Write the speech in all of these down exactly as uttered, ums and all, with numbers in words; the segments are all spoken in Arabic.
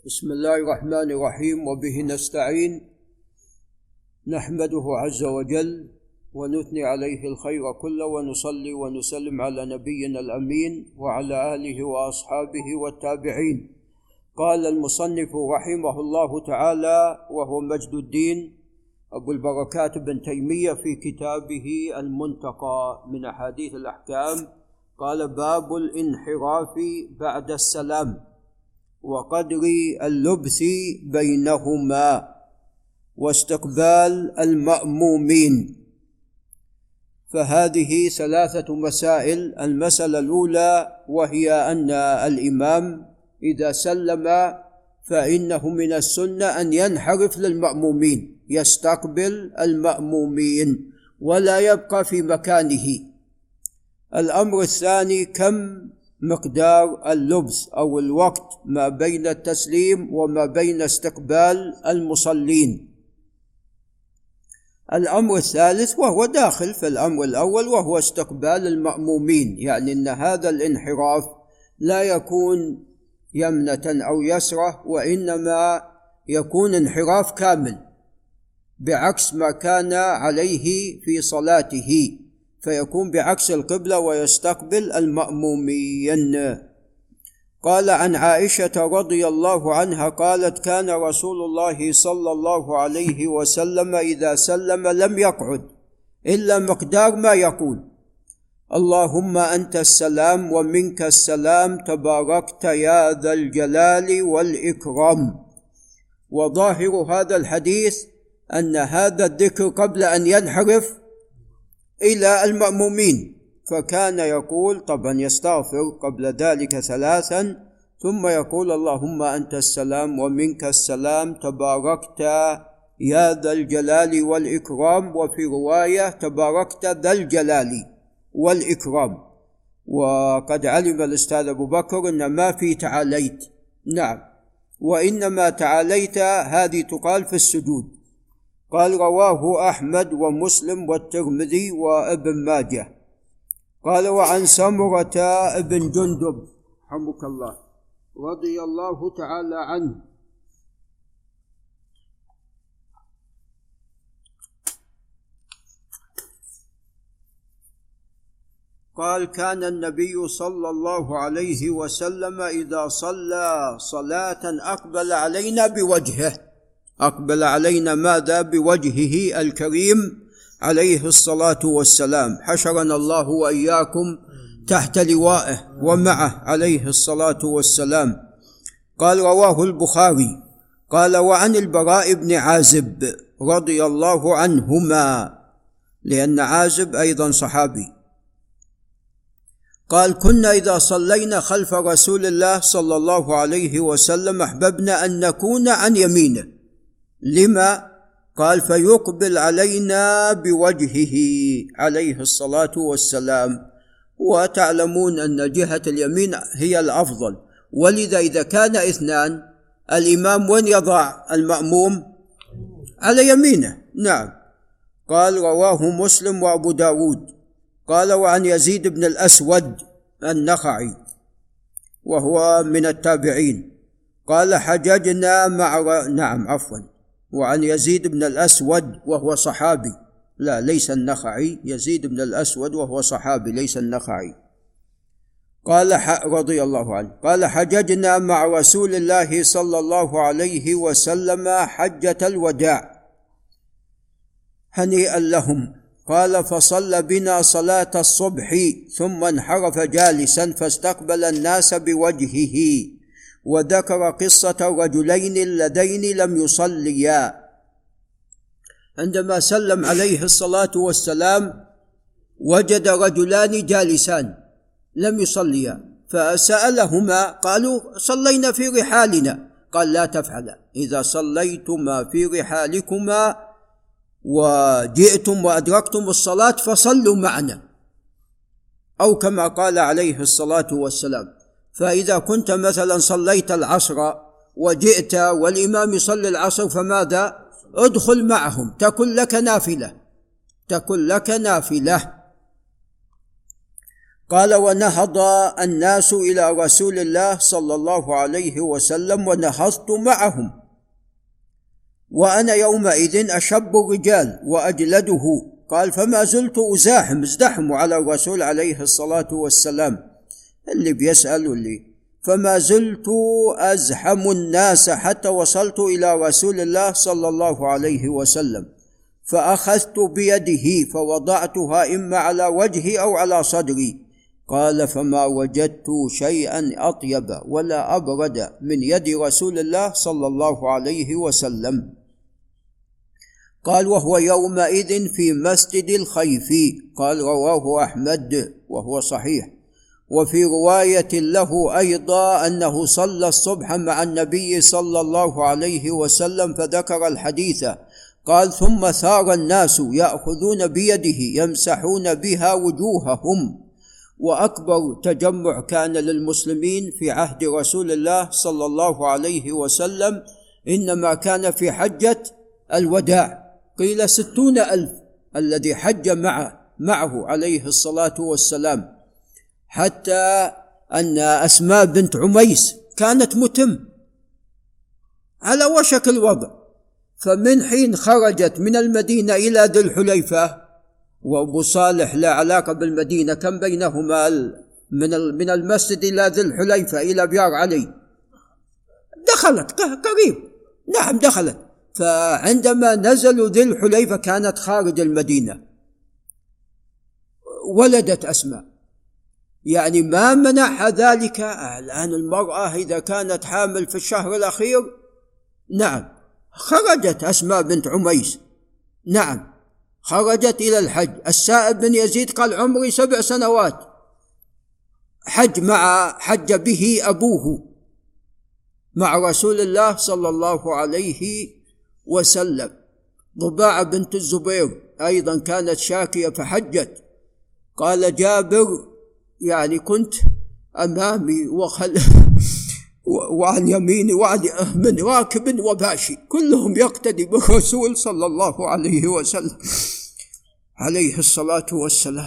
بسم الله الرحمن الرحيم، وبه نستعين. نحمده عز وجل ونثني عليه الخير كله، ونصلي ونسلم على نبينا الأمين وعلى آله وأصحابه والتابعين. قال المصنف رحمه الله تعالى وهو مجد الدين أبو البركات بن تيمية في كتابه المنتقى من أحاديث الأحكام، قال: باب الانحراف بعد السلام وقدر اللبث بينهما واستقبال المأمومين. فهذه ثلاثة مسائل. المسألة الأولى وهي أن الإمام إذا سلم فإنه من السنة أن ينحرف للمأمومين، يستقبل المأمومين ولا يبقى في مكانه. الأمر الثاني: كم مقدار اللبث أو الوقت ما بين التسليم وما بين استقبال المصلين. الأمر الثالث وهو داخل في الأمر الأول وهو استقبال المأمومين، يعني أن هذا الانحراف لا يكون يمنة أو يسرة، وإنما يكون انحراف كامل بعكس ما كان عليه في صلاته، فيكون بعكس القبلة ويستقبل المأمومين. قال: عن عائشة رضي الله عنها قالت: كان رسول الله صلى الله عليه وسلم إذا سلم لم يقعد إلا مقدار ما يقول: اللهم أنت السلام ومنك السلام تباركت يا ذا الجلال والإكرام. وظاهر هذا الحديث أن هذا الذكر قبل أن ينحرف إلى المأمومين، فكان يقول، طبعا يستغفر قبل ذلك ثلاثا، ثم يقول: اللهم أنت السلام ومنك السلام تباركت يا ذا الجلال والإكرام، وفي رواية تباركت ذا الجلال والإكرام. وقد علم الأستاذ أبو بكر أن ما في تعاليت، نعم، وإنما تعاليت هذه تقال في السجود. قال: رواه أحمد ومسلم والترمذي وابن ماجه. قال: وعن سمرة ابن جندب رحمك الله رضي الله تعالى عنه قال: كان النبي صلى الله عليه وسلم إذا صلى صلاة أقبل علينا بوجهه، أقبل علينا ماذا؟ بوجهه الكريم عليه الصلاة والسلام، حشرنا الله وإياكم تحت لوائه ومعه عليه الصلاة والسلام. قال: رواه البخاري. قال: وعن البراء بن عازب رضي الله عنهما، لأن عازب أيضا صحابي، قال: كنا إذا صلينا خلف رسول الله صلى الله عليه وسلم أحببنا أن نكون عن يمينه. لما؟ قال: فيقبل علينا بوجهه عليه الصلاة والسلام. وتعلمون أن جهة اليمين هي الأفضل، ولذا إذا كان اثنان الإمام وين يضع المأموم؟ على يمينه، نعم. قال: رواه مسلم وأبو داود. قال: وعن يزيد بن الأسود النخعي وهو من التابعين قال: حججنا مع نعم عفوا وعن يزيد بن الأسود وهو صحابي، لا ليس النخعي، يزيد بن الأسود وهو صحابي ليس النخعي. قال رضي الله عنه قال: حججنا مع رسول الله صلى الله عليه وسلم حجة الوداع هنيئا لهم. قال: فصلى بنا صلاة الصبح ثم انحرف جالسا فاستقبل الناس بوجهه، وذكر قصة الرجلين اللذين لم يصليا. عندما سلم عليه الصلاة والسلام وجد رجلان جالسان لم يصليا، فسألهما قالوا: صلينا في رحالنا. قال: لا تفعلا، إذا صليتما في رحالكما وجئتم وأدركتم الصلاة فصلوا معنا، أو كما قال عليه الصلاة والسلام. فإذا كنت مثلا صليت العصر وجئت والإمام يصلي العصر فماذا؟ ادخل معهم، تكن لك نافلة، تكن لك نافلة. قال: ونهض الناس إلى رسول الله صلى الله عليه وسلم ونهضت معهم، وأنا يومئذ أشب الرجال وأجلده. قال: فما زلت أزاحم ازدحم على الرسول عليه الصلاة والسلام، اللي بيسأل اللي فما زلت أزحم الناس حتى وصلت إلى رسول الله صلى الله عليه وسلم، فأخذت بيده فوضعتها إما على وجهي أو على صدري. قال: فما وجدت شيئا أطيب ولا أبرد من يد رسول الله صلى الله عليه وسلم. قال: وهو يومئذ في مسجد الخيف. قال: رواه أحمد وهو صحيح. وفي رواية له أيضا أنه صلى الصبح مع النبي صلى الله عليه وسلم فذكر الحديث. قال: ثم ثار الناس يأخذون بيده يمسحون بها وجوههم. وأكبر تجمع كان للمسلمين في عهد رسول الله صلى الله عليه وسلم إنما كان في حجة الوداع، قيل ستون ألف الذي حج معه, معه عليه الصلاة والسلام، حتى أن أسماء بنت عميس كانت متم على وشك الوضع، فمن حين خرجت من المدينة إلى ذي الحليفة، وأبو صالح لا علاقة بالمدينة، كم بينهما من من المسجد إلى ذي الحليفة إلى بيار علي، دخلت قريب، نعم دخلت. فعندما نزلوا ذي الحليفة كانت خارج المدينة، ولدت أسماء، يعني ما منع ذلك. الآن المرأة إذا كانت حامل في الشهر الأخير، نعم خرجت أسماء بنت عميس، نعم خرجت إلى الحج. السائب بن يزيد قال: عمري سبع سنوات، حج مع حج به أبوه مع رسول الله صلى الله عليه وسلم. ضباعة بنت الزبير أيضا كانت شاكية فحجت. قال جابر: يعني كنت أمامي وخلف وعن يميني وعن من راكب وباشي، كلهم يقتدي بالرسول صلى الله عليه وسلم عليه الصلاة والسلام.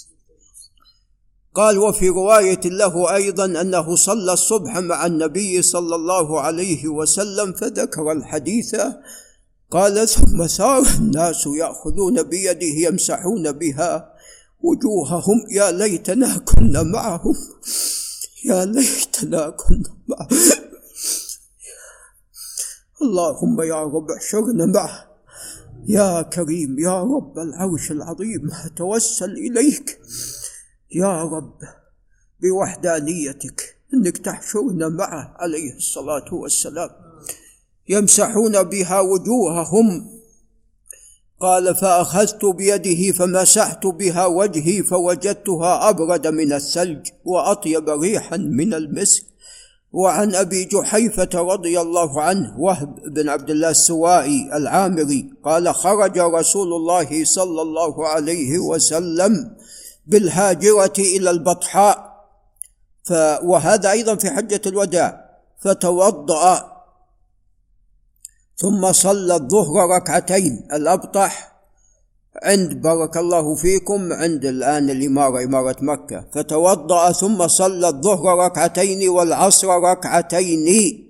قال: وفي رواية له أيضا أنه صلى الصبح مع النبي صلى الله عليه وسلم فذكر الحديث. قال: ثم ثار الناس يأخذون بيده يمسحون بها وجوههم. يا ليتنا كنا معهم، يا ليتنا كنا معهم. اللهم يا رب احشرنا معه، يا كريم يا رب العرش العظيم، أتوسل إليك يا رب بوحدانيتك أنك تحشرنا معه عليه الصلاة والسلام. يمسحون بها وجوههم. قال: فأخذت بيده فمسحت بها وجهي فوجدتها أبرد من الثلج وأطيب ريحا من المسك. وعن أبي جحيفة رضي الله عنه وهب بن عبد الله السوائي العامري قال: خرج رسول الله صلى الله عليه وسلم بالهاجرة إلى البطحاء، وهذا أيضا في حجة الوداع، فتوضأ ثم صلى الظهر ركعتين. الأبطح عند بارك الله فيكم عند الآن الإمارة إمارة مكة. فتوضأ ثم صلى الظهر ركعتين والعصر ركعتين،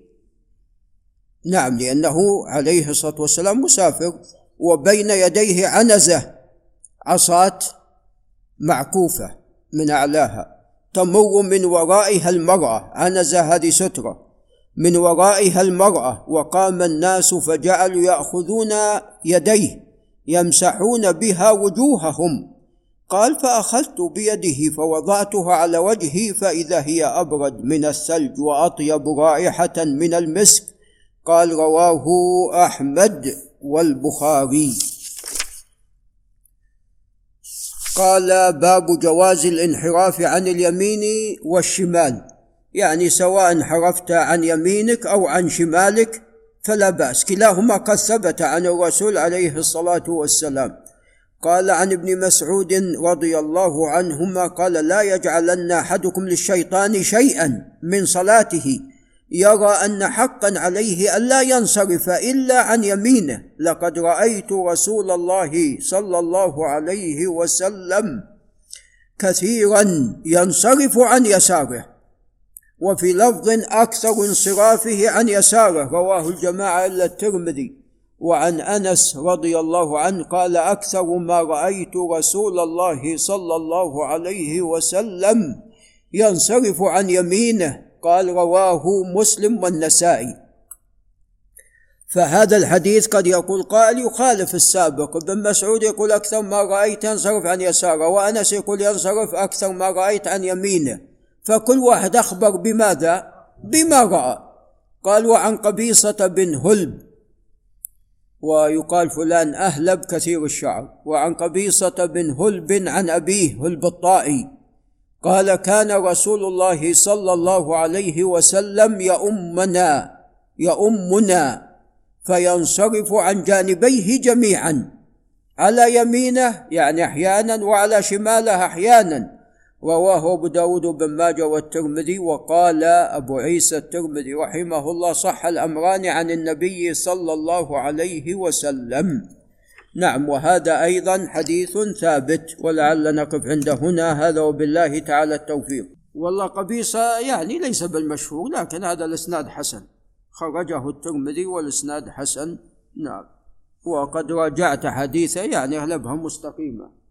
نعم لأنه عليه الصلاة والسلام مسافر، وبين يديه عنزة عصاة معكوفة من أعلاها تمر من ورائها المرأة، عنزة هذه سترة من ورائها المرأة. وقام الناس فجعلوا يأخذون يديه يمسحون بها وجوههم. قال: فأخذت بيده فوضعتها على وجهي فإذا هي أبرد من الثلج وأطيب رائحة من المسك. قال: رواه أحمد والبخاري. قال: باب جواز الانحراف عن اليمين والشمال، يعني سواء انحرفت عن يمينك أو عن شمالك فلا بأس، كلاهما قد ثبت عن الرسول عليه الصلاة والسلام. قال: عن ابن مسعود رضي الله عنهما قال: لا يجعلن أحدكم للشيطان شيئا من صلاته يرى أن حقا عليه ألا ينصرف إلا عن يمينه، لقد رأيت رسول الله صلى الله عليه وسلم كثيرا ينصرف عن يساره، وفي لفظ أكثر انصرافه عن يساره، رواه الجماعة إلا الترمذي. وعن أنس رضي الله عنه قال: أكثر ما رأيت رسول الله صلى الله عليه وسلم ينصرف عن يمينه. قال: رواه مسلم والنسائي. فهذا الحديث قد يقول قائل يخالف السابق. ابن مسعود يقول: أكثر ما رأيت ينصرف عن يساره، وأنس يقول ينصرف أكثر ما رأيت عن يمينه، فكل واحد أخبر بماذا؟ بما رأى. قال: وعن قبيصة بن هلب، ويقال فلان أهلب كثير الشعر. وعن قبيصة بن هلب عن أبيه هلب الطائي قال: كان رسول الله صلى الله عليه وسلم يؤمنا يؤمنا فينصرف عن جانبيه جميعا، على يمينه يعني أحيانا، وعلى شماله أحيانا. رواه أبو داود بن ماجه والترمذي. وقال أبو عيسى الترمذي رحمه الله: صح الأمران عن النبي صلى الله عليه وسلم. نعم، وهذا أيضا حديث ثابت، ولعل نقف عند هنا. هذا وبالله تعالى التوفيق. والله قبيصة يعني ليس بالمشهور، لكن هذا الإسناد حسن، خرجه الترمذي والإسناد حسن. نعم، وقد راجعت حديثه يعني أغلبها مستقيمة.